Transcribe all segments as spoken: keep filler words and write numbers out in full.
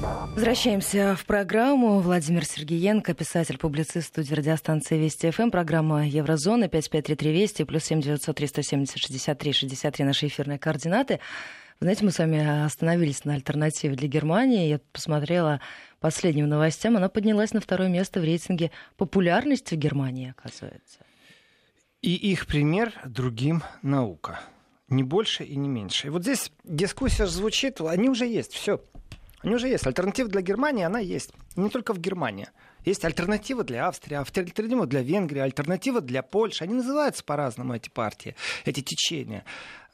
Возвращаемся в программу. Владимир Сергеенко, писатель-публицист, студия радиостанции Вести ФМ. Программа Еврозона пять пять три три Вести плюс семь девятьсот три сто семьдесят шестьдесят три шестьдесят три наши эфирные координаты. Вы знаете, мы с вами остановились на альтернативе для Германии. Я посмотрела последним новостям. Она поднялась на второе место в рейтинге популярности в Германии, оказывается. И их пример другим наука. Не больше и не меньше. И вот здесь дискуссия звучит, они уже есть, все. Они уже есть. Альтернатива для Германии, она есть. И не только в Германии. Есть альтернатива для Австрии, альтернатива для Венгрии, альтернатива для Польши. Они называются по-разному, эти партии, эти течения.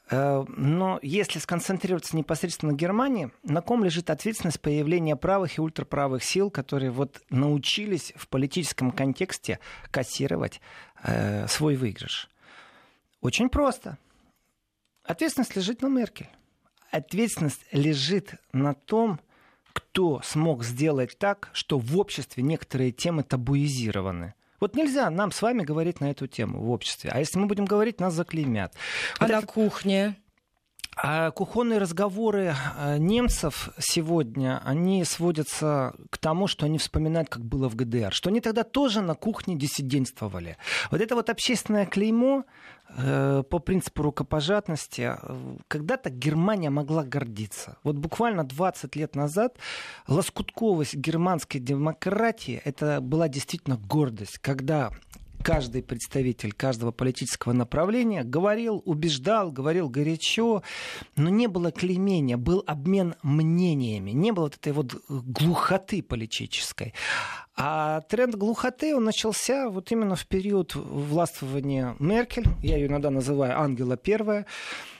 Но если сконцентрироваться непосредственно на Германии, на ком лежит ответственность появления правых и ультраправых сил, которые вот научились в политическом контексте кассировать э, свой выигрыш? Очень просто. Ответственность лежит на Меркель. Ответственность лежит на том, кто смог сделать так, что в обществе некоторые темы табуизированы. Вот нельзя нам с вами говорить на эту тему в обществе. А если мы будем говорить, нас заклеймят. А вот на это... кухне? А кухонные разговоры немцев сегодня, они сводятся к тому, что они вспоминают, как было в ГДР. Что они тогда тоже на кухне диссидентствовали. Вот это вот общественное клеймо э, по принципу рукопожатности, когда-то Германия могла гордиться. Вот буквально двадцать лет назад лоскутковость германской демократии, это была действительно гордость, когда... Каждый представитель каждого политического направления говорил, убеждал, говорил горячо, но не было клеймения, был обмен мнениями, не было вот этой вот глухоты политической. А тренд глухоты, он начался вот именно в период властвования Меркель, я ее иногда называю Ангела Первая,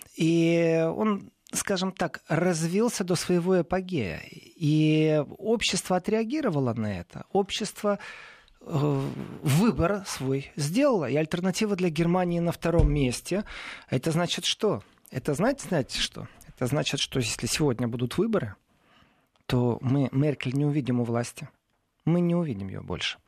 и он, скажем так, развился до своего апогея. И общество отреагировало на это, общество... выбор свой сделала. И альтернатива для Германии на втором месте. Это значит что? Это знаете, знаете что? Это значит, что если сегодня будут выборы, то мы Меркель не увидим у власти. Мы не увидим ее больше.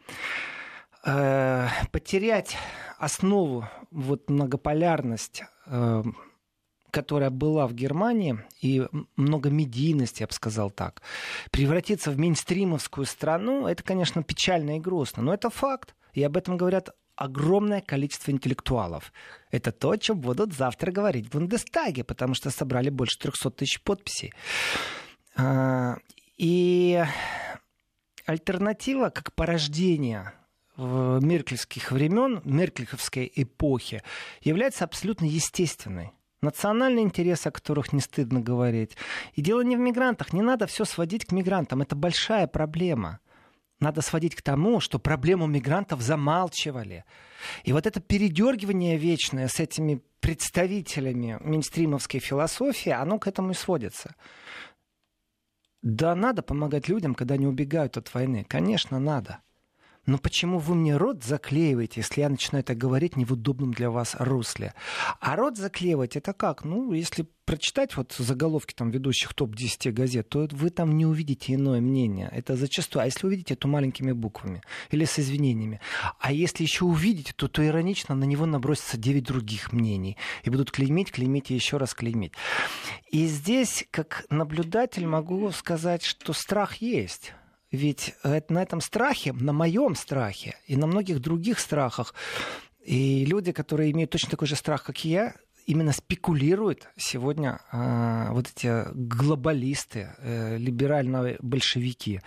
Потерять основу, вот многополярность, которая была в Германии, и многомедийность, я бы сказал так, превратиться в мейнстримовскую страну, это, конечно, печально и грустно, но это факт, и об этом говорят огромное количество интеллектуалов. Это то, о чем будут завтра говорить в Бундестаге, потому что собрали больше трехсот тысяч подписей. И альтернатива, как порождение меркельских времен, меркельской эпохи, является абсолютно естественной. Национальные интересы, о которых не стыдно говорить. И дело не в мигрантах. Не надо все сводить к мигрантам. Это большая проблема. Надо сводить к тому, что проблему мигрантов замалчивали. И вот это передергивание вечное с этими представителями мейнстримовской философии, оно к этому и сводится. Да, надо помогать людям, когда они убегают от войны. Конечно, надо. Но почему вы мне рот заклеиваете, если я начинаю это говорить не в удобном для вас русле? А рот заклеивать это как? Ну, если прочитать вот заголовки там ведущих топ десять газет, то вы там не увидите иное мнение. Это зачастую. А если увидите, то маленькими буквами или с извинениями. А если еще увидите, то, то иронично на него набросится девять других мнений. И будут клеймить, клеймить и еще раз клеймить. И здесь, как наблюдатель, могу сказать, что страх есть. Ведь на этом страхе, на моем страхе и на многих других страхах, и люди, которые имеют точно такой же страх, как и я, именно спекулируют сегодня э, вот эти глобалисты, э, либеральные большевики.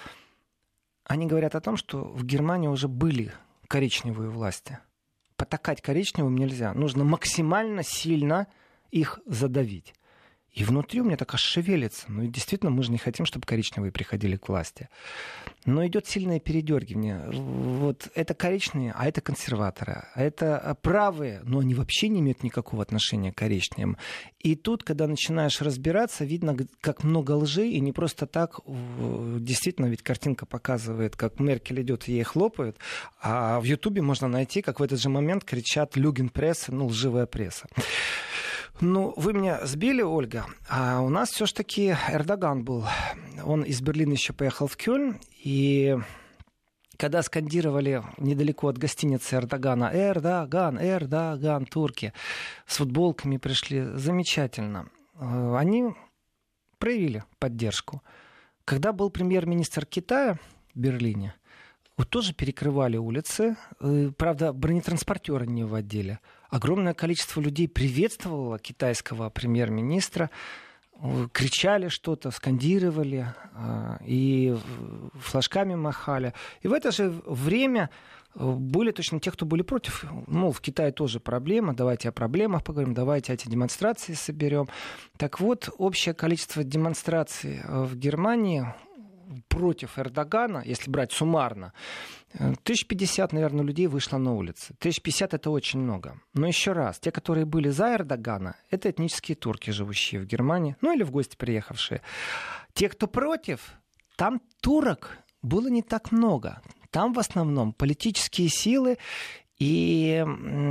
Они говорят о том, что в Германии уже были коричневые власти. Потакать коричневым нельзя. Нужно максимально сильно их задавить. И внутри у меня так аж шевелится. Ну и действительно, мы же не хотим, чтобы коричневые приходили к власти. Но идет сильное передергивание. Вот это коричневые, а это консерваторы. А это правые, но они вообще не имеют никакого отношения к коричневым. И тут, когда начинаешь разбираться, видно, как много лжи. И не просто так. Действительно, ведь картинка показывает, как Меркель идет, ей хлопают. А в Ютубе можно найти, как в этот же момент кричат «Люгенпресса», ну, лживая пресса. Ну, вы меня сбили, Ольга, а у нас все-таки Эрдоган был. Он из Берлина еще поехал в Кёльн, и когда скандировали недалеко от гостиницы Эрдогана «Эрдоган, Эрдоган», турки с футболками пришли, замечательно. Они проявили поддержку. Когда был премьер-министр Китая в Берлине, вот тоже перекрывали улицы. Правда, бронетранспортеры не вводили. Огромное количество людей приветствовало китайского премьер-министра. Кричали что-то, скандировали и флажками махали. И в это же время были точно те, кто были против. Мол, в Китае тоже проблема, давайте о проблемах поговорим, давайте эти демонстрации соберем. Так вот, общее количество демонстраций в Германии против Эрдогана, если брать суммарно, тысяча пятьдесят, наверное, людей вышло на улицы. тысяча пятьдесят — это очень много. Но еще раз, те, которые были за Эрдогана, это этнические турки, живущие в Германии, ну или в гости приехавшие. Те, кто против, там турок было не так много. Там в основном политические силы, и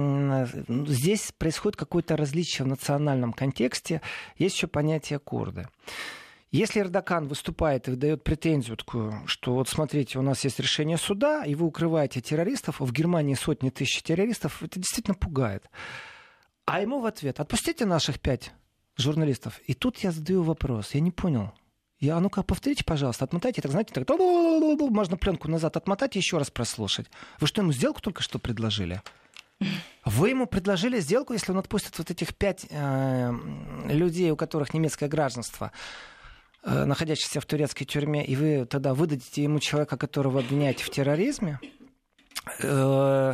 здесь происходит какое-то различие в национальном контексте. Есть еще понятие курды. Если Эрдоган выступает и выдает претензию такую, что вот смотрите, у нас есть решение суда, и вы укрываете террористов, а в Германии сотни тысяч террористов, это действительно пугает. А ему в ответ: отпустите наших пять журналистов. И тут я задаю вопрос, я не понял. Я, а ну-ка, повторите, пожалуйста, отмотайте, так знаете, так, можно пленку назад отмотать и еще раз прослушать. Вы что, ему сделку только что предложили? Вы ему предложили сделку, если он отпустит вот этих пять э, людей, у которых немецкое гражданство, находящийся в турецкой тюрьме, и вы тогда выдадите ему человека, которого обвиняете в терроризме? Не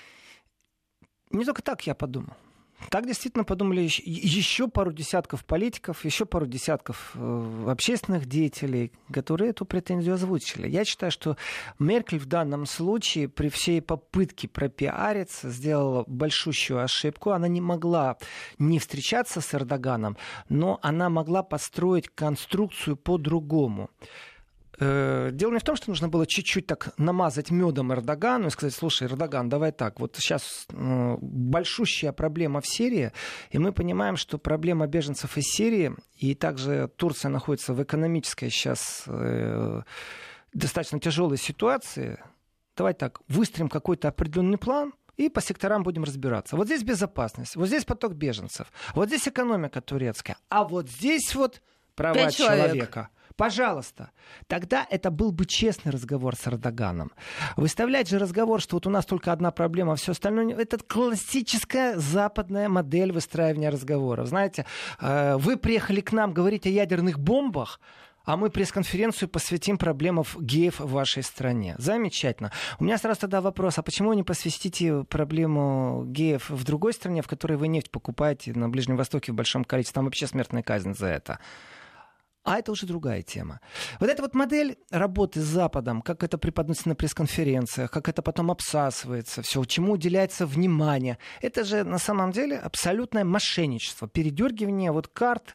только так я подумал. Так действительно подумали еще пару десятков политиков, еще пару десятков общественных деятелей, которые эту претензию озвучили. Я считаю, что Меркель в данном случае при всей попытке пропиариться сделала большущую ошибку. Она не могла не встречаться с Эрдоганом, но она могла построить конструкцию по-другому. Дело не в том, что нужно было чуть-чуть так намазать медом Эрдогану и сказать: слушай, Эрдоган, давай так, вот сейчас большущая проблема в Сирии, и мы понимаем, что проблема беженцев из Сирии, и также Турция находится в экономической сейчас э, достаточно тяжелой ситуации. Давай так, выстроим какой-то определенный план, и по секторам будем разбираться. Вот здесь безопасность, вот здесь поток беженцев, вот здесь экономика турецкая, а вот здесь вот права человека. Пожалуйста. Тогда это был бы честный разговор с Эрдоганом. Выставлять же разговор, что вот у нас только одна проблема, а все остальное... Это классическая западная модель выстраивания разговоров. Знаете, вы приехали к нам говорить о ядерных бомбах, а мы пресс-конференцию посвятим проблемам геев в вашей стране. Замечательно. У меня сразу тогда вопрос: а почему вы не посвятите проблему геев в другой стране, в которой вы нефть покупаете на Ближнем Востоке в большом количестве? Там вообще смертная казнь за это. А это уже другая тема. Вот эта вот модель работы с Западом, как это преподносится на пресс-конференциях, как это потом обсасывается, все, чему уделяется внимание, это же на самом деле абсолютное мошенничество, передергивание вот карт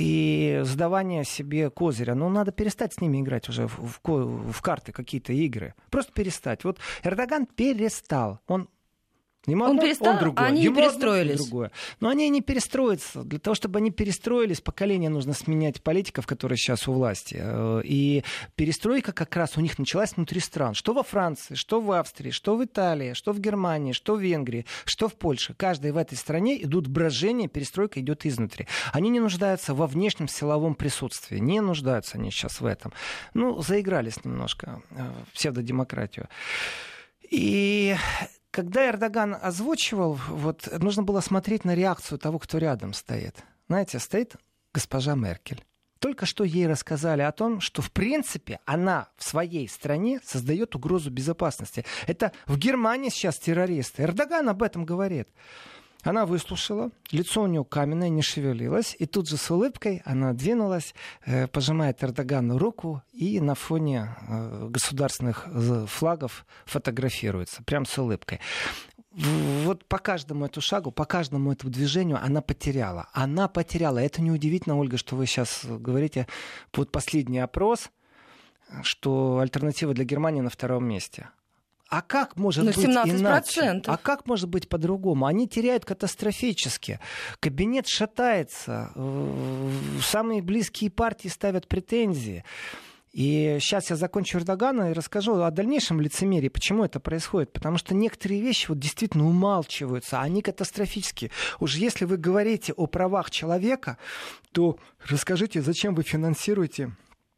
и сдавание себе козыря. Ну, надо перестать с ними играть уже в, в, в карты, какие-то игры. Просто перестать. Вот Эрдоган перестал. Он Ему он одно, перестал, он другое. а они Ему не перестроились. Одно, другое. Но они не перестроятся. Для того, чтобы они перестроились, поколение нужно сменять политиков, которые сейчас у власти. И перестройка как раз у них началась внутри стран. Что во Франции, что в Австрии, что в Италии, что в Германии, что в Венгрии, что в Польше. Каждой в этой стране идут брожения, перестройка идет изнутри. Они не нуждаются во внешнем силовом присутствии. Не нуждаются они сейчас в этом. Ну, заигрались немножко в псевдодемократию. И... Когда Эрдоган озвучивал, вот, нужно было смотреть на реакцию того, кто рядом стоит. Знаете, стоит госпожа Меркель. Только что ей рассказали о том, что, в принципе, она в своей стране создает угрозу безопасности. Это в Германии сейчас террористы. Эрдоган об этом говорит. Она выслушала, лицо у нее каменное, не шевелилось, и тут же с улыбкой она двинулась, э, пожимает Эрдогану руку и на фоне э, государственных флагов фотографируется, прям с улыбкой. Вот по каждому эту шагу, по каждому этому движению она потеряла. Она потеряла. Это неудивительно, Ольга, что вы сейчас говорите, вот последний опрос, что альтернатива для Германии на втором месте. А как может быть иначе? А как может быть по-другому? Они теряют катастрофически. Кабинет шатается. Самые близкие партии ставят претензии. И сейчас я закончу Эрдогана и расскажу о дальнейшем лицемерии, почему это происходит. Потому что некоторые вещи вот действительно умалчиваются, они катастрофические. Уж если вы говорите о правах человека, то расскажите, зачем вы финансируете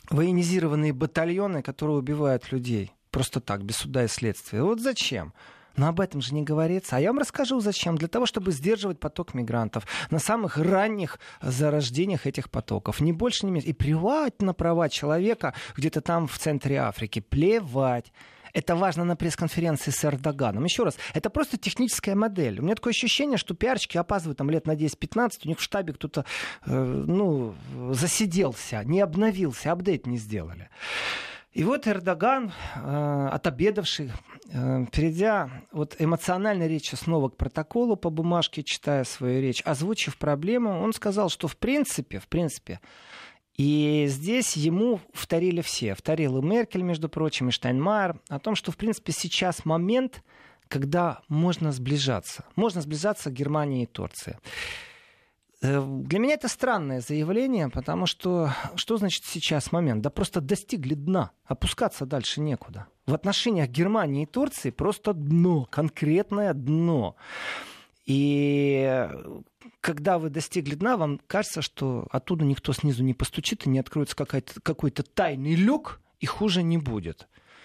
военизированные батальоны, которые убивают людей просто так, без суда и следствия. Вот зачем? Но об этом же не говорится. А я вам расскажу, зачем. Для того, чтобы сдерживать поток мигрантов на самых ранних зарождениях этих потоков. Ни больше, ни меньше. И плевать на права человека где-то там в центре Африки. Плевать. Это важно на пресс-конференции с Эрдоганом. Еще раз, это просто техническая модель. У меня такое ощущение, что пиарщики опаздывают там, лет на десять-пятнадцать. У них в штабе кто-то э, ну, засиделся, не обновился, апдейт не сделали. И вот Эрдоган, э, отобедавший, э, перейдя от эмоциональной речи снова к протоколу по бумажке, читая свою речь, озвучив проблему, он сказал, что в принципе, в принципе, и здесь ему вторили все. Вторил и Меркель, между прочим, и Штайнмайер, о том, что в принципе сейчас момент, когда можно сближаться. Можно сближаться к Германии и Турции. Для меня это странное заявление, потому что что значит сейчас момент? Да просто достигли дна, опускаться дальше некуда. В отношениях Германии и Турции просто дно, конкретное дно. И когда вы достигли дна, вам кажется, что оттуда никто снизу не постучит и не откроется какой-то тайный люк, и хуже не будет.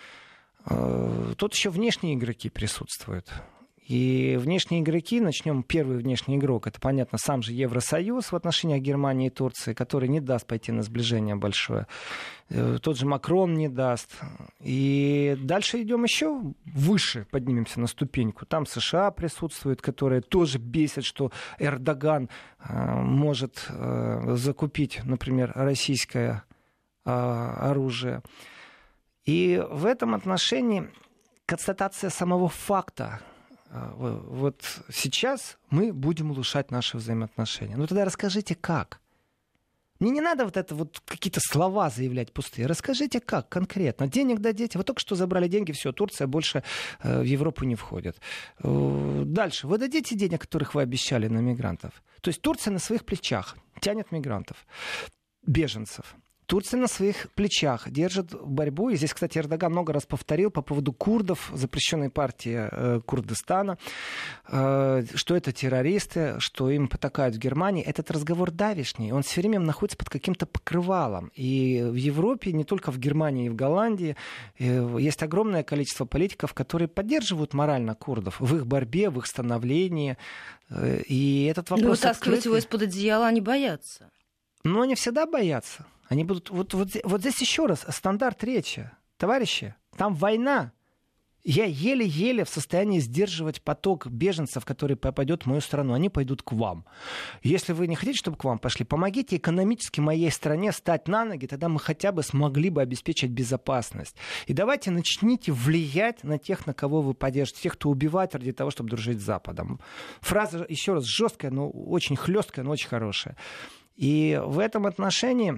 Тут еще внешние игроки присутствуют. И внешние игроки, начнем, первый внешний игрок, это, понятно, сам же Евросоюз в отношениях Германии и Турции, который не даст пойти на сближение большое. Тот же Макрон не даст. И дальше идем еще выше, поднимемся на ступеньку. Там США присутствуют, которые тоже бесят, что Эрдоган э, может э, закупить, например, российское э, оружие. И в этом отношении констатация самого факта. Вот сейчас мы будем улучшать наши взаимоотношения. Ну тогда расскажите, как. Мне не надо вот это вот какие-то слова заявлять пустые. Расскажите, как конкретно. Денег дадите. Вы только что забрали деньги, все, Турция больше э, в Европу не входит. Э, дальше. Вы дадите денег, которых вы обещали, на мигрантов. То есть Турция на своих плечах тянет мигрантов, беженцев. Турция на своих плечах держит борьбу. И здесь, кстати, Эрдоган много раз повторил по поводу курдов, запрещенной партии э, Курдистана, э, что это террористы, что им потакают в Германии. Этот разговор давишний. Он все время находится под каким-то покрывалом. И в Европе, не только в Германии и в Голландии, э, есть огромное количество политиков, которые поддерживают морально курдов в их борьбе, в их становлении. Э, и этот вопрос... Но вытаскивать его из-под одеяла они боятся. Но они всегда боятся. Они будут... Вот, вот, вот здесь еще раз стандарт речи. Товарищи, там война. Я еле-еле в состоянии сдерживать поток беженцев, который попадет в мою страну. Они пойдут к вам. Если вы не хотите, чтобы к вам пошли, помогите экономически моей стране встать на ноги, тогда мы хотя бы смогли бы обеспечить безопасность. И давайте начните влиять на тех, на кого вы поддержите, тех, кто убивает ради того, чтобы дружить с Западом. Фраза, еще раз, жесткая, но очень хлесткая, но очень хорошая. И в этом отношении...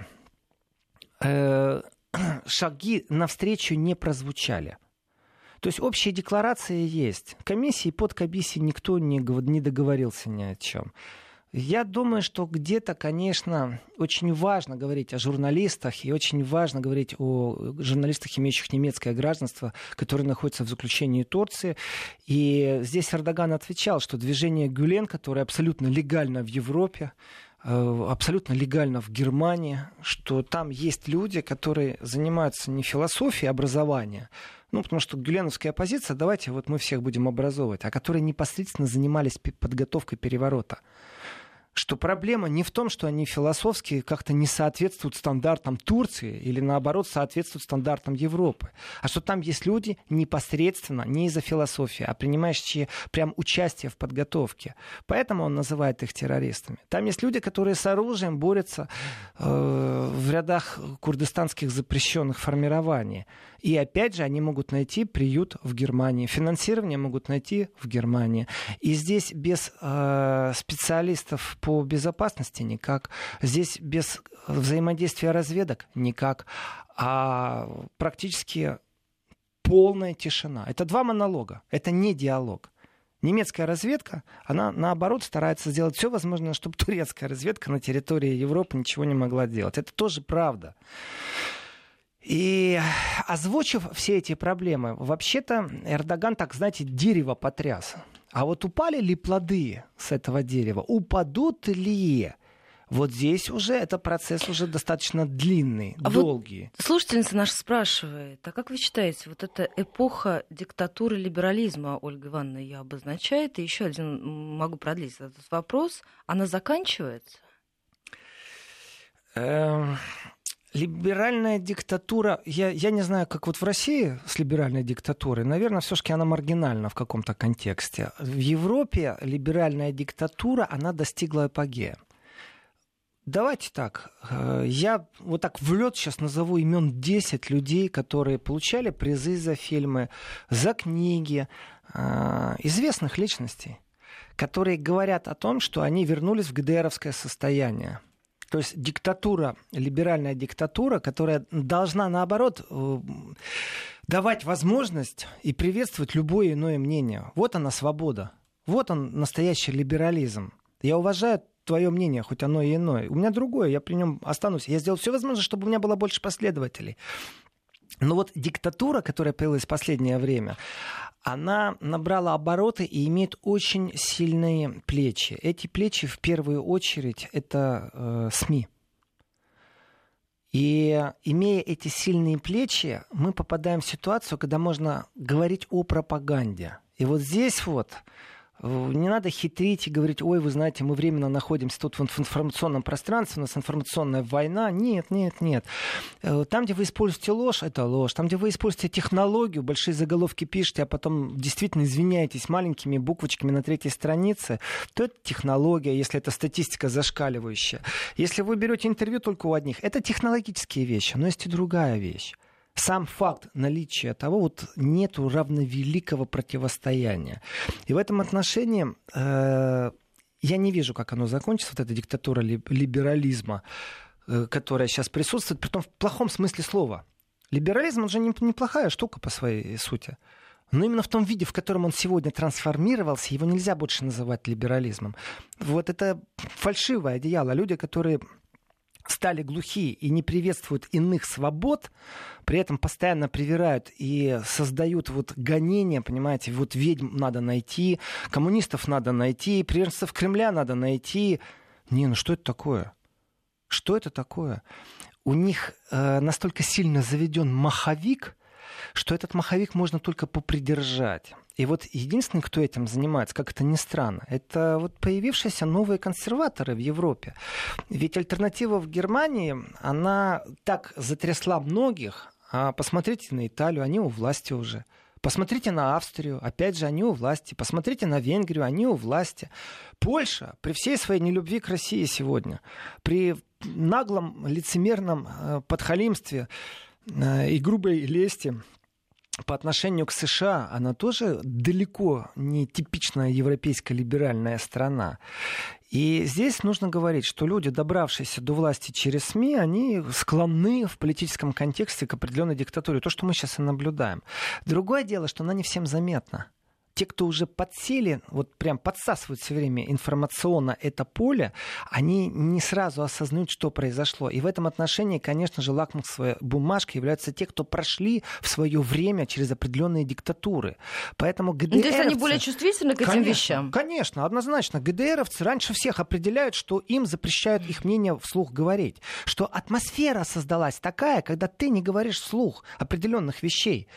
шаги навстречу не прозвучали. То есть общие декларации есть. Комиссии, подкомиссии никто не, не договорился ни о чем. Я думаю, что где-то, конечно, очень важно говорить о журналистах и очень важно говорить о журналистах, имеющих немецкое гражданство, которые находятся в заключении Турции. И здесь Эрдоган отвечал, что движение Гюлен, которое абсолютно легально в Европе, абсолютно легально в Германии, что там есть люди, которые занимаются не философией образования, ну, потому что гюленовская оппозиция, давайте вот мы всех будем образовывать, а которые непосредственно занимались подготовкой переворота. Что проблема не в том, что они философски как-то не соответствуют стандартам Турции или, наоборот, соответствуют стандартам Европы, а что там есть люди непосредственно, не из-за философии, а принимающие прям участие в подготовке. Поэтому он называет их террористами. Там есть люди, которые с оружием борются э, в рядах курдистанских запрещенных формирований. И опять же, они могут найти приют в Германии, финансирование могут найти в Германии. И здесь без э, специалистов по безопасности никак. Здесь без взаимодействия разведок никак. А практически полная тишина. Это два монолога, это не диалог. Немецкая разведка, она наоборот старается сделать все возможное, чтобы турецкая разведка на территории Европы ничего не могла делать. Это тоже правда. И озвучив все эти проблемы, вообще-то Эрдоган, так, знаете, дерево потряс. А вот упали ли плоды с этого дерева? Упадут ли? Вот здесь уже это процесс уже достаточно длинный, а долгий. Вот слушательница наша спрашивает, а как вы считаете, вот эта эпоха диктатуры либерализма, Ольга Ивановна ее обозначает, и еще один могу продлить этот вопрос, она заканчивается? Эм... Либеральная диктатура, я, я не знаю, как вот в России с либеральной диктатурой, наверное, все-таки она маргинальна в каком-то контексте. В Европе либеральная диктатура, она достигла апогея. Давайте так, я вот так в лед сейчас назову имен десять людей, которые получали призы за фильмы, за книги, известных личностей, которые говорят о том, что они вернулись в ГДРовское состояние. То есть диктатура, либеральная диктатура, которая должна, наоборот, давать возможность и приветствовать любое иное мнение. Вот она свобода. Вот он, настоящий либерализм. Я уважаю твое мнение, хоть оно и иное. У меня другое, я при нем останусь. Я сделал все возможное, чтобы у меня было больше последователей. Но вот диктатура, которая появилась в последнее время, она набрала обороты и имеет очень сильные плечи. Эти плечи, в первую очередь, это э, СМИ. И имея эти сильные плечи, мы попадаем в ситуацию, когда можно говорить о пропаганде. И вот здесь вот не надо хитрить и говорить, ой, вы знаете, мы временно находимся тут в информационном пространстве, у нас информационная война. Нет, нет, нет. Там, где вы используете ложь, это ложь. Там, где вы используете технологию, большие заголовки пишете, а потом действительно извиняетесь маленькими буквочками на третьей странице, то это технология, если это статистика зашкаливающая. Если вы берете интервью только у одних, это технологические вещи, но есть и другая вещь. Сам факт наличия того, вот нету равновеликого противостояния. И в этом отношении э, я не вижу, как оно закончится, вот эта диктатура либерализма, э, которая сейчас присутствует, притом в плохом смысле слова. Либерализм, он же не, неплохая штука по своей сути. Но именно в том виде, в котором он сегодня трансформировался, его нельзя больше называть либерализмом. Вот это фальшивое одеяло. Люди, которые стали глухи и не приветствуют иных свобод, при этом постоянно привирают и создают вот гонения, понимаете, вот ведьм надо найти, коммунистов надо найти, приверженцев Кремля надо найти. Не, ну что это такое? Что это такое? У них э, настолько сильно заведен маховик, что этот маховик можно только попридержать. И вот единственный, кто этим занимается, как это ни странно, это вот появившиеся новые консерваторы в Европе. Ведь альтернатива в Германии, она так затрясла многих. А посмотрите на Италию, они у власти уже. Посмотрите на Австрию, опять же, они у власти. Посмотрите на Венгрию, они у власти. Польша, при всей своей нелюбви к России сегодня, при наглом лицемерном подхалимстве и грубой лести по отношению к США, она тоже далеко не типичная европейская либеральная страна. И здесь нужно говорить, что люди, добравшиеся до власти через СМИ, они склонны в политическом контексте к определенной диктатуре. То, что мы сейчас и наблюдаем. Другое дело, что она не всем заметна. Те, кто уже подсели, вот прям подсасывают все время информационно это поле, они не сразу осознают, что произошло. И в этом отношении, конечно же, лакмусовой бумажкой являются те, кто прошли в свое время через определенные диктатуры. Поэтому ГДРовцы... Ну, то есть они более чувствительны к этим конечно, вещам? Конечно, однозначно. ГДРовцы раньше всех определяют, что им запрещают их мнение вслух говорить. Что атмосфера создалась такая, когда ты не говоришь вслух определенных вещей.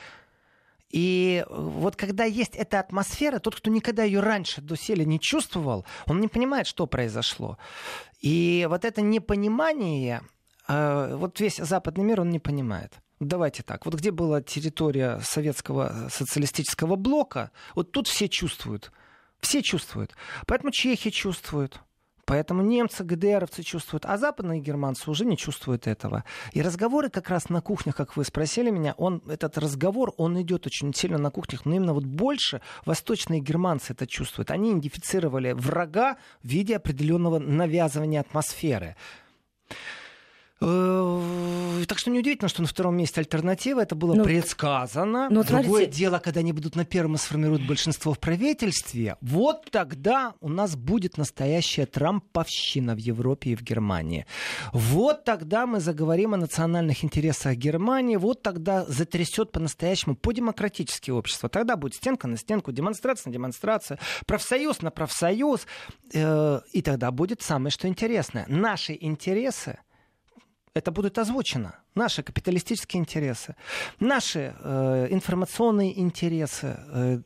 И вот когда есть эта атмосфера, тот, кто никогда ее раньше доселе не чувствовал, он не понимает, что произошло. И вот это непонимание, вот весь западный мир, он не понимает. Давайте так, вот где была территория советского социалистического блока, вот тут все чувствуют. Все чувствуют. Поэтому чехи чувствуют. Поэтому немцы, ГДРовцы чувствуют, а западные германцы уже не чувствуют этого. И разговоры как раз на кухнях, как вы спросили меня, он, этот разговор, он идет очень сильно на кухнях, но именно вот больше восточные германцы это чувствуют. Они идентифицировали врага в виде определенного навязывания атмосферы. Так что неудивительно, что на втором месте альтернатива. Это было ну, предсказано. Ну, Другое смотрите... дело, когда они будут на первом и сформируют большинство в правительстве, вот тогда у нас будет настоящая трамповщина в Европе и в Германии. Вот тогда мы заговорим о национальных интересах Германии. Вот тогда затрясет по-настоящему по-демократически общество. Тогда будет стенка на стенку, демонстрация на демонстрацию, профсоюз на профсоюз. И тогда будет самое что интересное. Наши интересы, это будет озвучено. Наши капиталистические интересы, наши э, информационные интересы, э,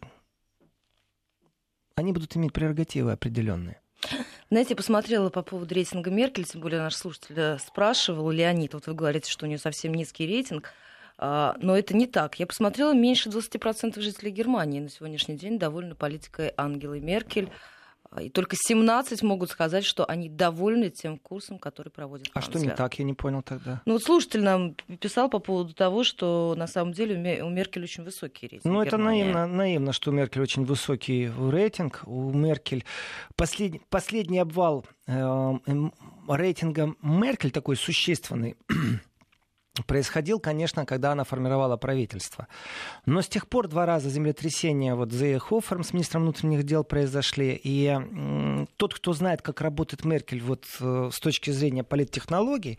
они будут иметь прерогативы определенные. Знаете, я посмотрела по поводу рейтинга Меркель, тем более наш слушатель спрашивал, Леонид, вот вы говорите, что у нее совсем низкий рейтинг, а, но это не так. Я посмотрела, меньше двадцать процентов жителей Германии на сегодняшний день довольны политикой Ангелы Меркель. И только семнадцать могут сказать, что они довольны тем курсом, который проводит канцлер. А что не так, я не понял тогда? Ну вот слушатель нам писал по поводу того, что на самом деле у Меркель очень высокий рейтинг. Ну это наивно, наивно, что у Меркель очень высокий рейтинг. У Меркель послед... последний обвал э, рейтинга Меркель такой существенный происходил, конечно, когда она формировала правительство. Но с тех пор два раза землетрясения вот Зейхофером с министром внутренних дел произошли. И м, тот, кто знает, как работает Меркель вот, э, с точки зрения политтехнологий,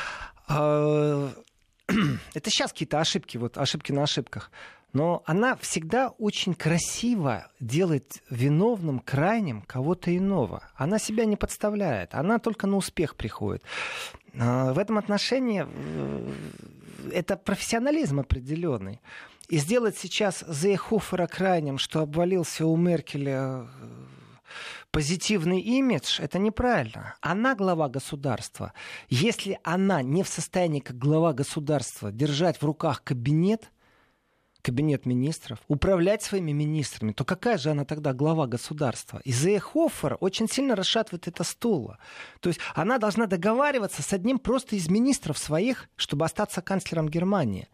э, это сейчас какие-то ошибки, вот, ошибки на ошибках. Но она всегда очень красиво делает виновным, крайним кого-то иного. Она себя не подставляет, она только на успех приходит. В этом отношении это профессионализм определенный. И сделать сейчас Зейхофера крайним, что обвалился у Меркеля позитивный имидж, это неправильно. Она глава государства. Если она не в состоянии, как глава государства, держать в руках кабинет, кабинет министров, управлять своими министрами, то какая же она тогда глава государства? И Зейхофер очень сильно расшатывает это стуло. То есть она должна договариваться с одним просто из министров своих, чтобы остаться канцлером Германии.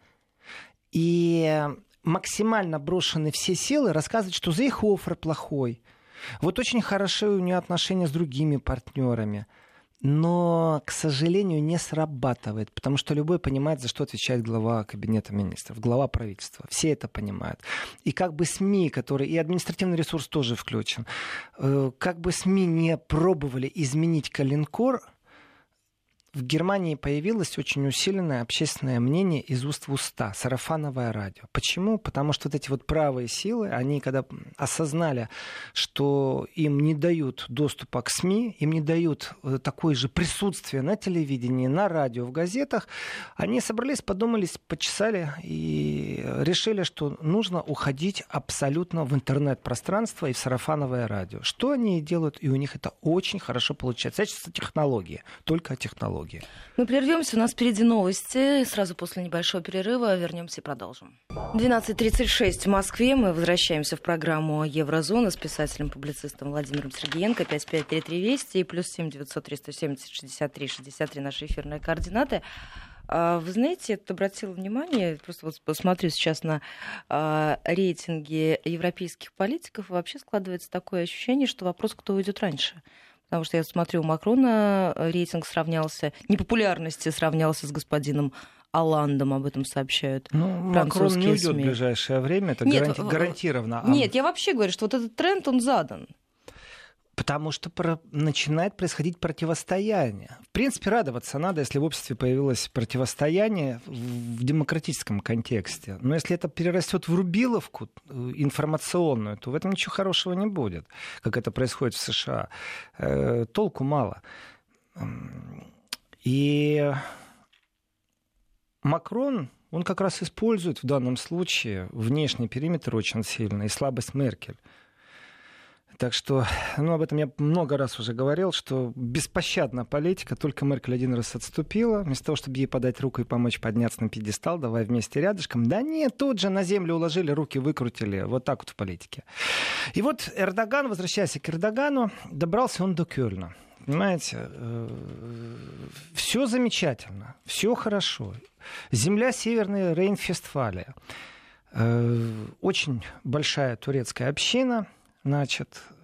И максимально брошены все силы рассказывать, что Зейхофер плохой. Вот очень хороши у нее отношения с другими партнерами. Но, к сожалению, не срабатывает, потому что любой понимает, за что отвечает глава кабинета министров, глава правительства. Все это понимают. И как бы СМИ, которые, и административный ресурс тоже включен, как бы СМИ не пробовали изменить коленкор, в Германии появилось очень усиленное общественное мнение из уст в уста, сарафановое радио. Почему? Потому что вот эти вот правые силы, они когда осознали, что им не дают доступа к СМИ, им не дают такое же присутствие на телевидении, на радио, в газетах, они собрались, подумались, почесали и решили, что нужно уходить абсолютно в интернет-пространство и в сарафановое радио. Что они делают, и у них это очень хорошо получается. Это сейчас технологии, только технологии. Мы прервемся, у нас впереди новости. Сразу после небольшого перерыва вернемся и продолжим. двенадцать тридцать шесть в Москве. Мы возвращаемся в программу «Еврозона» с писателем-публицистом Владимиром Сергеенко. пять пять три три Вести и плюс семь девятьсот триста семьдесят шестьдесят три шестьдесят три наши эфирные координаты. Вы знаете, я тут обратила внимание, просто вот посмотрю сейчас на а, рейтинги европейских политиков, и вообще складывается такое ощущение, что вопрос, кто уйдет раньше. Потому что я смотрю, у Макрона рейтинг сравнялся, непопулярности сравнялся с господином Олландом, об этом сообщают ну, французские Макрон не уйдет СМИ. В ближайшее время, это нет, гаранти- гарантированно. Нет, я вообще говорю, что вот этот тренд, он задан. Потому что про... начинает происходить противостояние. В принципе, радоваться надо, если в обществе появилось противостояние в демократическом контексте. Но если это перерастет в рубиловку информационную, то в этом ничего хорошего не будет, как это происходит в США. Э, толку мало. И Макрон, он как раз использует в данном случае внешний периметр очень сильно и слабость Меркель. Так что, ну, об этом я много раз уже говорил, что беспощадна политика, только Меркель один раз отступила, вместо того, чтобы ей подать руку и помочь подняться на пьедестал, давай вместе рядышком. Да нет, тут же на землю уложили, руки выкрутили. Вот так вот в политике. И вот Эрдоган, возвращаясь к Эрдогану, добрался он до Кёльна. Понимаете, все замечательно, все хорошо. Земля Северная Рейн-Вестфалия. Очень большая турецкая община. Значит,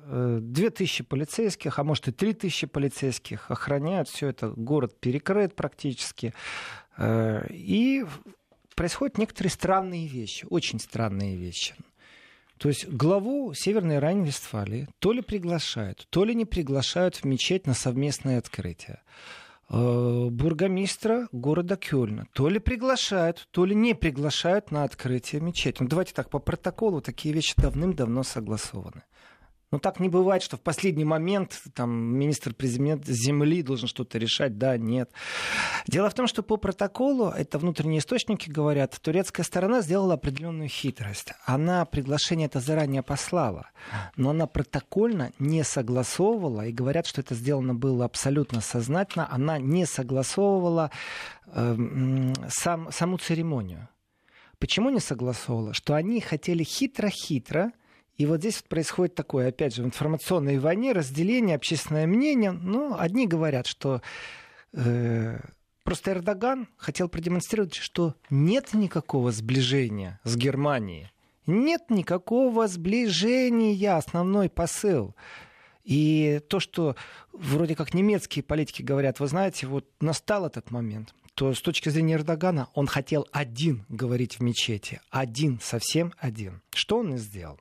Две тысячи полицейских, а может и три тысячи полицейских охраняют все это. Город перекрыт практически. И происходят некоторые странные вещи, очень странные вещи. То есть главу Северной Рейн-Вестфалии то ли приглашают, то ли не приглашают в мечеть на совместное открытие. Бургомистра города Кёльна то ли приглашают, то ли не приглашают на открытие мечети. Ну, давайте так, по протоколу такие вещи давным-давно согласованы. Но так не бывает, что в последний момент там, министр-президент земли должен что-то решать, да, нет. Дело в том, что по протоколу, это внутренние источники говорят, турецкая сторона сделала определенную хитрость. Она приглашение это заранее послала, но она протокольно не согласовывала, и говорят, что это сделано было абсолютно сознательно, она не согласовывала э, сам, саму церемонию. Почему не согласовывала? Что они хотели хитро-хитро. И вот здесь вот происходит такое, опять же, в информационной войне разделение, общественное мнение. Ну, одни говорят, что э, просто Эрдоган хотел продемонстрировать, что нет никакого сближения с Германией. Нет никакого сближения, основной посыл. И то, что вроде как немецкие политики говорят, вы знаете, вот настал этот момент, то с точки зрения Эрдогана он хотел один говорить в мечети. Один, совсем один. Что он и сделал.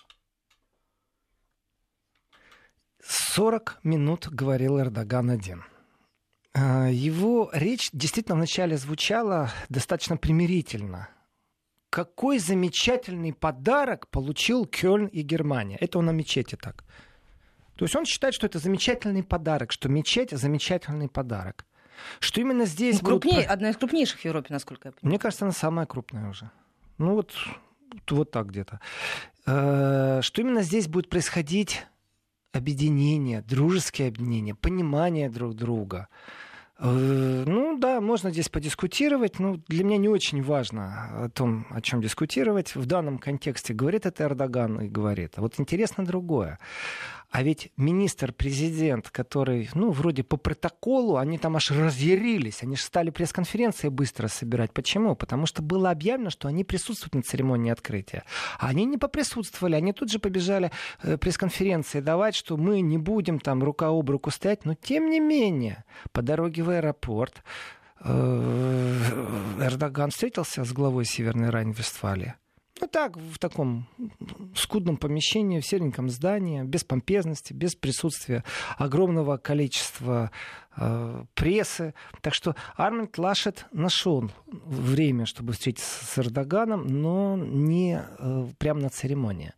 сорок минут говорил Эрдоган один. Его речь действительно вначале звучала достаточно примирительно. Какой замечательный подарок получил Кёльн и Германия. Это он о мечети так. То есть он считает, что это замечательный подарок, что мечеть — замечательный подарок. Что именно здесь... Ну, крупнее, будут... Одна из крупнейших в Европе, насколько я понимаю. Мне кажется, она самая крупная уже. Ну вот, вот так где-то. Что именно здесь будет происходить... Объединение, дружеские объединения, понимание друг друга. Ну да, можно здесь подискутировать, но для меня не очень важно о том, о чем дискутировать. В данном контексте говорит это Эрдоган и говорит. А вот интересно другое. А ведь министр-президент, который, ну, вроде по протоколу, они там аж разъярились, они же стали пресс-конференции быстро собирать. Почему? Потому что было объявлено, что они присутствуют на церемонии открытия. А они не поприсутствовали, они тут же побежали э, пресс-конференции давать, что мы не будем там рука об руку стоять. Но тем не менее, по дороге в аэропорт э, Эрдоган встретился с главой Северной Рейн-Вестфалии. Ну так, в таком скудном помещении, в сереньком здании, без помпезности, без присутствия огромного количества э, прессы. Так что Арминд Лашет нашел время, чтобы встретиться с Эрдоганом, но не э, прямо на церемонии.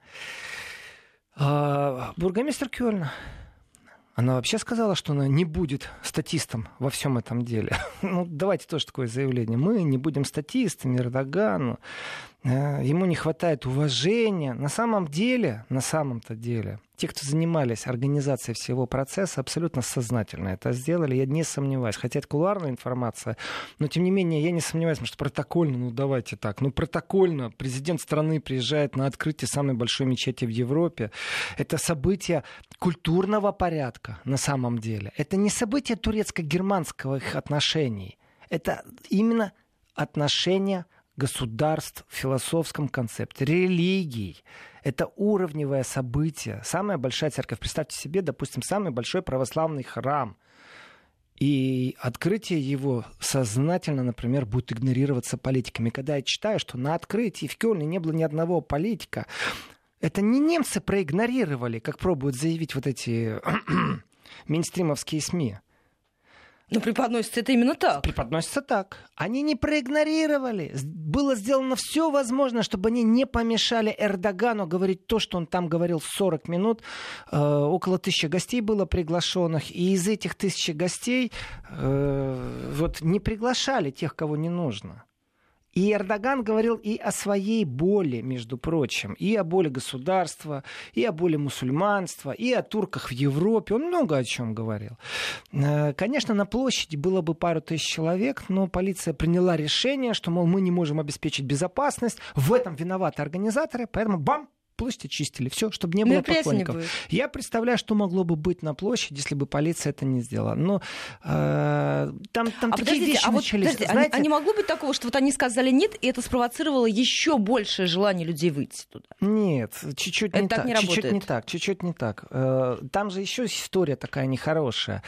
А бургомистр Кёльна, она вообще сказала, что она не будет статистом во всем этом деле. Ну, давайте тоже такое заявление. Мы не будем статистами Эрдогану. Ему не хватает уважения. На самом деле, на самом-то деле, те, кто занимались организацией всего процесса, абсолютно сознательно это сделали. Я не сомневаюсь. Хотя это кулуарная информация, но тем не менее я не сомневаюсь, потому что протокольно, ну давайте так, ну протокольно президент страны приезжает на открытие самой большой мечети в Европе. Это событие культурного порядка на самом деле. Это не событие турецко-германского их отношений. Это именно отношения государств в философском концепте, религий. Это уровневое событие. Самая большая церковь. Представьте себе, допустим, самый большой православный храм. И открытие его сознательно, например, будет игнорироваться политиками. Когда я читаю, что на открытии в Кёльне не было ни одного политика, это не немцы проигнорировали, как пробуют заявить вот эти мейнстримовские СМИ. Но преподносится это именно так. Преподносится так. Они не проигнорировали. Было сделано все возможное, чтобы они не помешали Эрдогану говорить то, что он там говорил сорок минут. Э, около тысячи гостей было приглашенных. И из этих тысячи гостей э, вот не приглашали тех, кого не нужно. И Эрдоган говорил и о своей боли, между прочим, и о боли государства, и о боли мусульманства, и о турках в Европе. Он много о чем говорил. Конечно, на площади было бы пару тысяч человек, но полиция приняла решение, что, мол, мы не можем обеспечить безопасность. В этом виноваты организаторы, поэтому бам! площадь очистили. Все, чтобы не было поклонников. Не Я представляю, что могло бы быть на площади, если бы полиция это не сделала. Но э, там, там а такие вещи а начались. Вот, Знаете... а, а не могло быть такого, что вот они сказали нет, и это спровоцировало еще большее желание людей выйти туда? Нет, чуть-чуть это не так. так. Не чуть-чуть работает. не так. Чуть-чуть не так. Там же еще история такая нехорошая.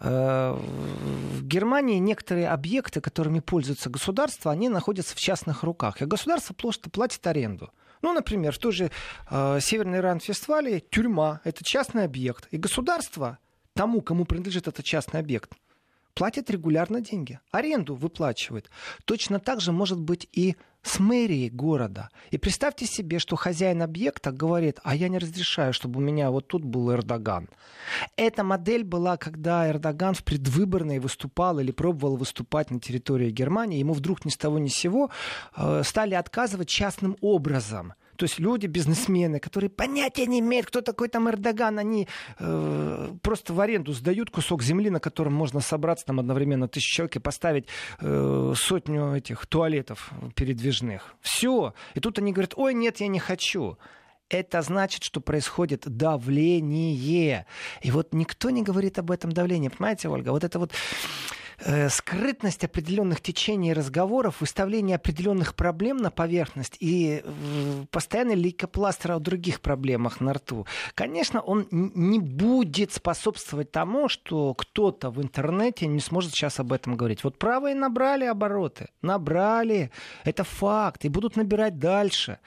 В Германии некоторые объекты, которыми пользуется государство, они находятся в частных руках. И государство просто платит аренду. Ну, например, в той же э, Северной Рейн-Вестфалии тюрьма — это частный объект. И государство тому, кому принадлежит этот частный объект, платит регулярно деньги. Аренду выплачивает. Точно так же может быть и с мэрией города. И представьте себе, что хозяин объекта говорит: а я не разрешаю, чтобы у меня вот тут был Эрдоган. Эта модель была, когда Эрдоган в предвыборной выступал или пробовал выступать на территории Германии. Ему вдруг ни с того ни с сего э, стали отказывать частным образом. То есть люди, бизнесмены, которые понятия не имеют, кто такой там Эрдоган, они э, просто в аренду сдают кусок земли, на котором можно собраться там одновременно тысячу человек и поставить э, сотню этих туалетов передвижных. Все. И тут они говорят: ой, нет, я не хочу. Это значит, что происходит давление. И вот никто не говорит об этом давлении. Понимаете, Ольга? Вот это вот э, скрытность определенных течений разговоров, выставление определенных проблем на поверхность и э, постоянный лейкопластырь о других проблемах на рту. Конечно, он не будет способствовать тому, что кто-то в интернете не сможет сейчас об этом говорить. Вот правые набрали обороты. Набрали. Это факт. И будут набирать дальше.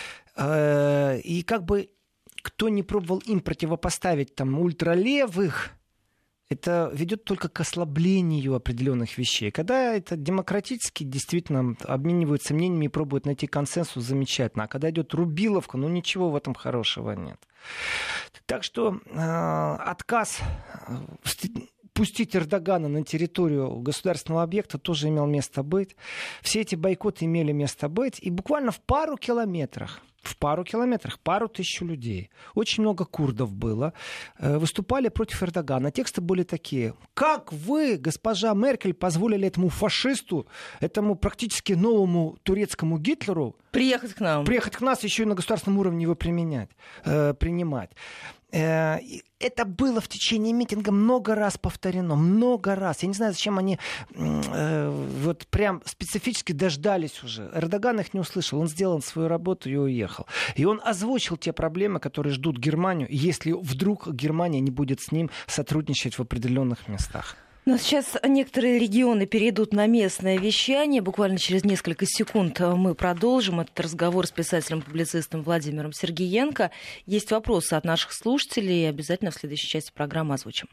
И как бы кто не пробовал им противопоставить там ультралевых, это ведет только к ослаблению определенных вещей. Когда это демократически действительно обмениваются мнениями и пробуют найти консенсус, замечательно. А когда идет рубиловка, ну ничего в этом хорошего нет. Так что э, отказ пустить Эрдогана на территорию государственного объекта тоже имел место быть. Все эти бойкоты имели место быть. И буквально в пару километрах, в пару километрах, пару тысяч людей, очень много курдов было, выступали против Эрдогана. Тексты были такие: как вы, госпожа Меркель, позволили этому фашисту, этому практически новому турецкому Гитлеру приехать к нам, приехать к нас, еще и на государственном уровне его применять, э, принимать. Это было в течение митинга много раз повторено, много раз. Я не знаю, зачем они э, вот прям специфически дождались уже. Эрдоган их не услышал, он сделал свою работу и уехал. И он озвучил те проблемы, которые ждут Германию, если вдруг Германия не будет с ним сотрудничать в определенных местах. Но сейчас некоторые регионы перейдут на местное вещание. Буквально через несколько секунд мы продолжим этот разговор с писателем-публицистом Владимиром Сергеенко. Есть вопросы от наших слушателей, обязательно в следующей части программы озвучим.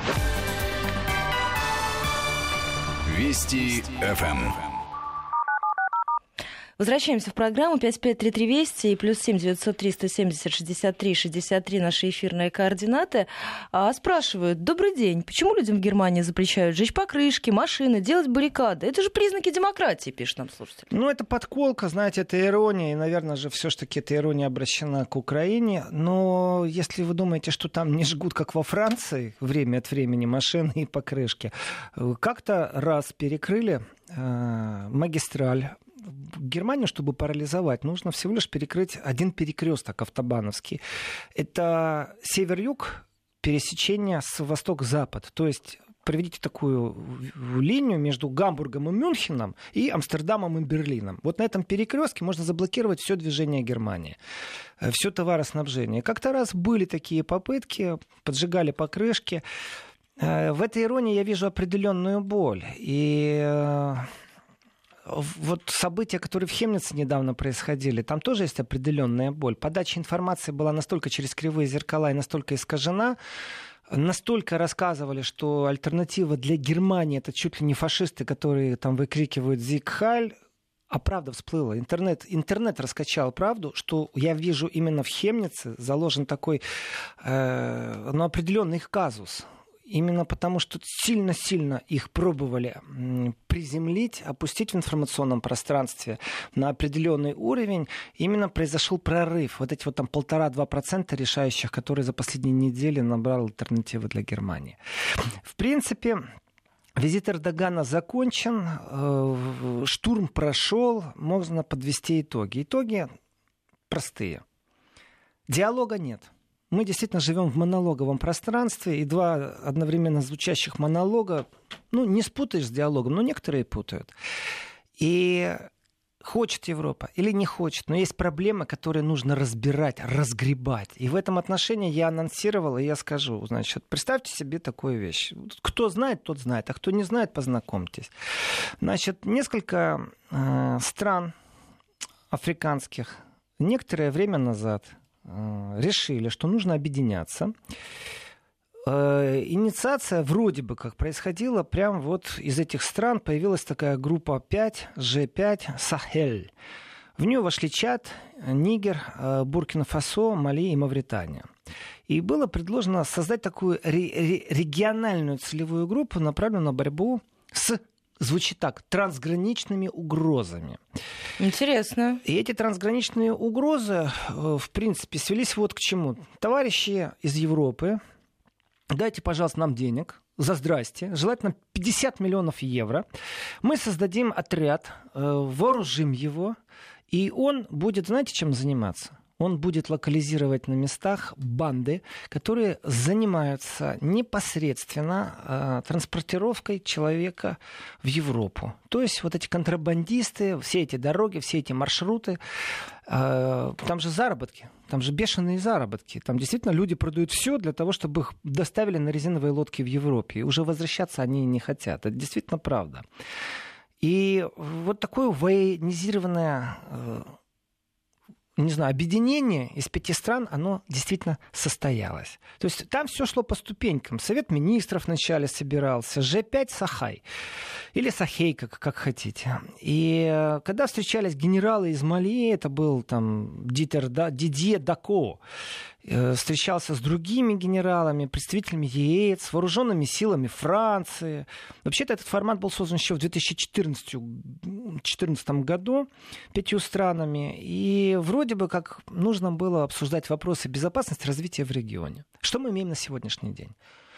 Вести эф эм. Возвращаемся в программу. пять пять три три Вести и плюс семь девятьсот три сто семьдесят шестьдесят три шестьдесят три наши эфирные координаты. А, спрашивают: добрый день, почему людям в Германии запрещают жечь покрышки, машины, делать баррикады? Это же признаки демократии, пишет нам слушатель. Ну, это подколка, знаете, это ирония. И, наверное же, все-таки эта ирония обращена к Украине. Но если вы думаете, что там не жгут, как во Франции, время от времени машины и покрышки, как-то раз перекрыли э, магистраль. Германию, чтобы парализовать, нужно всего лишь перекрыть один перекресток автобановский. Это север-юг, пересечение с восток-запад. То есть проведите такую линию между Гамбургом и Мюнхеном и Амстердамом и Берлином. Вот на этом перекрестке можно заблокировать все движение Германии, все товароснабжение. Как-то раз были такие попытки, поджигали покрышки. В этой иронии я вижу определенную боль. И вот события, которые в Хемнице недавно происходили, там тоже есть определенная боль. Подача информации была настолько через кривые зеркала и настолько искажена, настолько рассказывали, что альтернатива для Германии — это чуть ли не фашисты, которые там выкрикивают «Зиг Хайль», а правда всплыла. Интернет, интернет раскачал правду, что я вижу именно в Хемнице заложен такой э, ну, определенный их казус. Именно потому, что сильно-сильно их пробовали приземлить, опустить в информационном пространстве на определенный уровень. Именно произошел прорыв. Вот эти вот там полтора-два процента решающих, которые за последние недели набрал альтернативы для Германии. В принципе, визит Эрдогана закончен, штурм прошел, можно подвести итоги. Итоги простые. Диалога нет. Мы действительно живем в монологовом пространстве, и два одновременно звучащих монолога, ну, не спутаешь с диалогом, но некоторые путают. И хочет Европа или не хочет, но есть проблемы, которые нужно разбирать, разгребать. И в этом отношении я анонсировал, и я скажу, значит, представьте себе такую вещь. Кто знает, тот знает, а кто не знает, познакомьтесь. Значит, несколько э, стран африканских некоторое время назад решили, что нужно объединяться. Инициация вроде бы как происходила прямо вот из этих стран. Появилась такая группа пять, Ж пять, Сахель. В нее вошли Чад, Нигер, Буркина-Фасо, Мали и Мавритания. И было предложено создать такую региональную целевую группу, направленную на борьбу с, звучит так, трансграничными угрозами. Интересно. И эти трансграничные угрозы, в принципе, свелись вот к чему. Товарищи из Европы, дайте, пожалуйста, нам денег за здрасте, желательно пятьдесят миллионов евро. Мы создадим отряд, вооружим его, и он будет, знаете, чем заниматься? Он будет локализировать на местах банды, которые занимаются непосредственно э, транспортировкой человека в Европу. То есть вот эти контрабандисты, все эти дороги, все эти маршруты, э, там же заработки, там же бешеные заработки. Там действительно люди продают все для того, чтобы их доставили на резиновые лодки в Европе. И уже возвращаться они не хотят. Это действительно правда. И вот такое военизированное... Э, не знаю, объединение из пяти стран, оно действительно состоялось. То есть там все шло по ступенькам. Совет министров вначале собирался, Ж пять Сахай, или Сахей, как, как хотите. И когда встречались генералы из Мали, это был там Дитер, да, Дидье Дако, встречался с другими генералами, представителями ЕС, с вооруженными силами Франции. Вообще-то этот формат был создан еще в две тысячи четырнадцатом году пятью странами. И вроде бы как нужно было обсуждать вопросы безопасности и развития в регионе. Что мы имеем на сегодняшний день?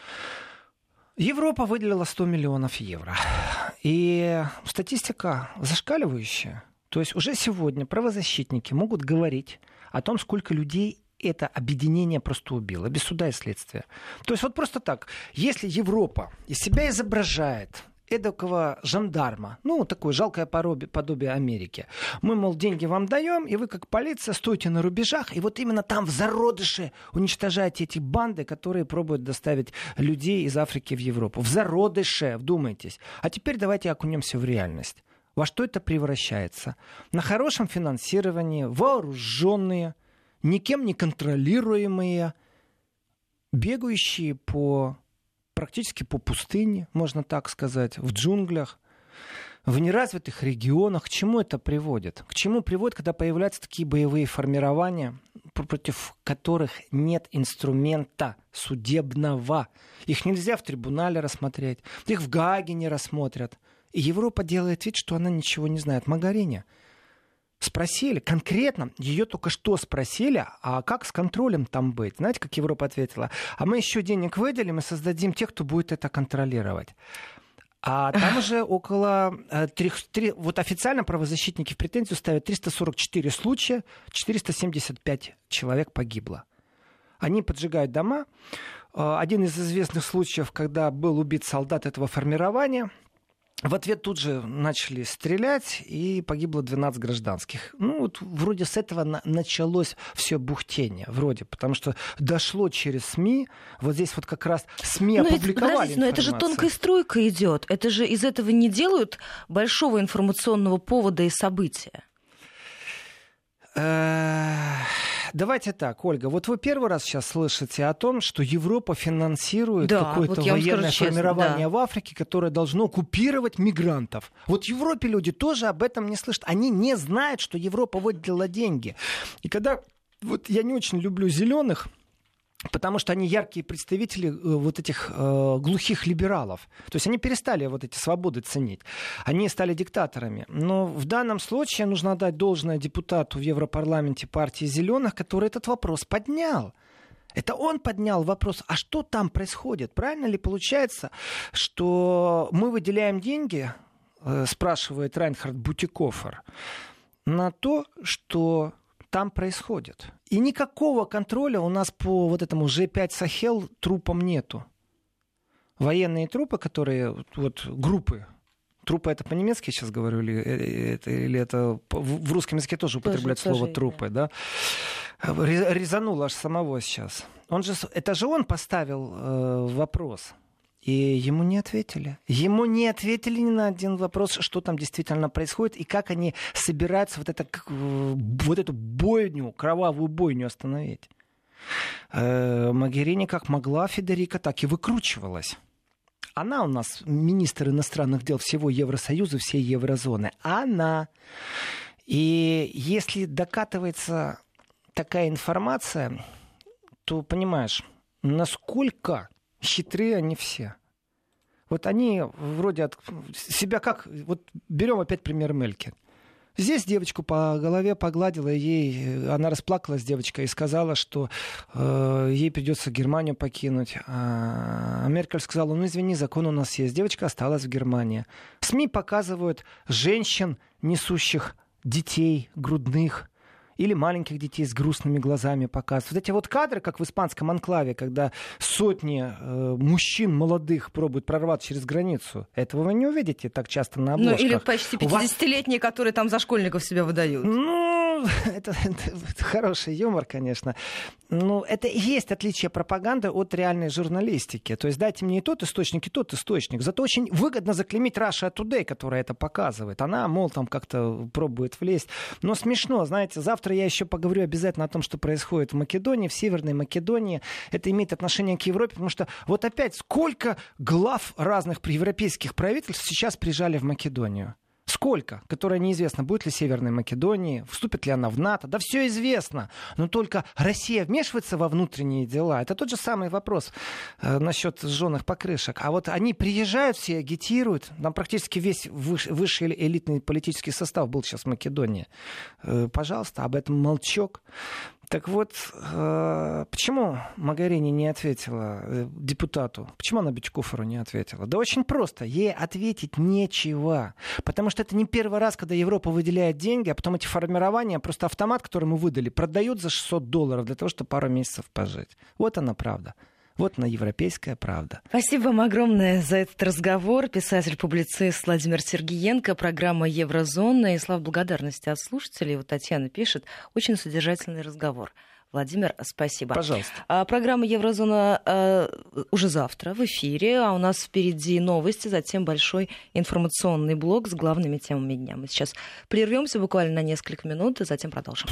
Европа выделила сто миллионов евро. И статистика зашкаливающая. То есть уже сегодня правозащитники могут говорить о том, сколько людей это объединение просто убило, без суда и следствия. То есть вот просто так, если Европа из себя изображает эдакого жандарма, ну, такое жалкое подобие, подобие Америки, мы, мол, деньги вам даем, и вы, как полиция, стоите на рубежах, и вот именно там в зародыше уничтожаете эти банды, которые пробуют доставить людей из Африки в Европу. В зародыше, вдумайтесь. А теперь давайте окунемся в реальность. Во что это превращается? На хорошем финансировании, вооруженные, никем не контролируемые, бегающие по, практически по пустыне, можно так сказать, в джунглях, в неразвитых регионах. К чему это приводит? К чему приводит, когда появляются такие боевые формирования, против которых нет инструмента судебного? Их нельзя в трибунале рассмотреть, их в Гааге не рассмотрят. И Европа делает вид, что она ничего не знает. Могорини спросили, конкретно, ее только что спросили, а как с контролем там быть? Знаете, как Европа ответила? А мы еще денег выделим и создадим тех, кто будет это контролировать. А там уже около... три, три, вот официально правозащитники в претензию ставят триста сорок четыре случая, четыреста семьдесят пять человек погибло. Они поджигают дома. Один из известных случаев, когда был убит солдат этого формирования, в ответ тут же начали стрелять, и погибло двенадцать гражданских. Ну, вот вроде с этого на- началось все бухтение, вроде, потому что дошло через СМИ, вот здесь вот как раз СМИ но опубликовали это, но это же тонкая струйка идет, это же из этого не делают большого информационного повода и события. Давайте так, Ольга, вот вы первый раз сейчас слышите о том, что Европа финансирует да, какое-то вот военное скажу формирование честно, да. в Африке, которое должно оккупировать мигрантов. Вот в Европе люди тоже об этом не слышат. Они не знают, что Европа выделила деньги. И когда... Вот я не очень люблю зеленых, потому что они яркие представители вот этих э, глухих либералов. То есть они перестали вот эти свободы ценить. Они стали диктаторами. Но в данном случае нужно отдать должное депутату в Европарламенте партии «Зеленых», который этот вопрос поднял. Это он поднял вопрос, а что там происходит? Правильно ли получается, что мы выделяем деньги, э, спрашивает Райнхард Бутикофер, на то, что там происходит. И никакого контроля у нас по вот этому Ж пять Сахел трупам нету. Военные трупы, которые, вот группы, трупы это по-немецки сейчас говорю, или это, или это в русском языке тоже употребляют тоже, слово тоже, трупы, да? Да? Резануло аж самого сейчас. Он же, это же он поставил э, вопрос. И ему не ответили. Ему не ответили ни на один вопрос, что там действительно происходит и как они собираются вот, это, вот эту бойню, кровавую бойню остановить. Могерини как могла, Федерика так и выкручивалась. Она у нас министр иностранных дел всего Евросоюза, всей еврозоны. Она. И если докатывается такая информация, то понимаешь, насколько хитрые они все. Вот они вроде от себя как... Вот берем опять пример Меркель. Здесь девочку по голове погладила, ей, она расплакалась, девочка, и сказала, что э, ей придется Германию покинуть. А Меркель сказала, ну извини, закон у нас есть. Девочка осталась в Германии. СМИ показывают женщин, несущих детей грудных, или маленьких детей с грустными глазами показывают. Вот эти вот кадры, как в испанском анклаве, когда сотни э, мужчин молодых пробуют прорваться через границу. Этого вы не увидите так часто на обложках. Ну, или почти пятидесятилетние, вас... которые там за школьников себя выдают. Ну, это, это, это хороший юмор, конечно. Ну, это и есть отличие пропаганды от реальной журналистики. То есть дайте мне и тот источник, и тот источник. Зато очень выгодно заклеймить Russia Today, которая это показывает. Она, мол, там как-то пробует влезть. Но смешно, знаете, завтра я еще поговорю обязательно о том, что происходит в Македонии, в Северной Македонии. Это имеет отношение к Европе, потому что вот опять сколько глав разных европейских правительств сейчас приезжали в Македонию? Сколько? Которое неизвестно, будет ли Северной Македонии, вступит ли она в НАТО. Да все известно. Но только Россия вмешивается во внутренние дела. Это тот же самый вопрос э, насчет сжёных покрышек. А вот они приезжают, все агитируют. Там практически весь выш, высший элитный политический состав был сейчас в Македонии. Э, пожалуйста, об этом молчок. Так вот, э, почему Могерини не ответила э, депутату? Почему она Бютикоферу не ответила? Да очень просто. Ей ответить нечего. Потому что это не первый раз, когда Европа выделяет деньги, а потом эти формирования, просто автомат, который мы выдали, продают за шестьсот долларов для того, чтобы пару месяцев пожить. Вот она правда. Вот она, европейская правда. Спасибо вам огромное за этот разговор. Писатель-публицист Владимир Сергиенко, программа «Еврозона». И слава благодарности от слушателей. Вот Татьяна пишет, очень содержательный разговор. Владимир, спасибо. Пожалуйста. А, программа «Еврозона» а, уже завтра в эфире, а у нас впереди новости, затем большой информационный блок с главными темами дня. Мы сейчас прервемся буквально на несколько минут, и затем продолжим.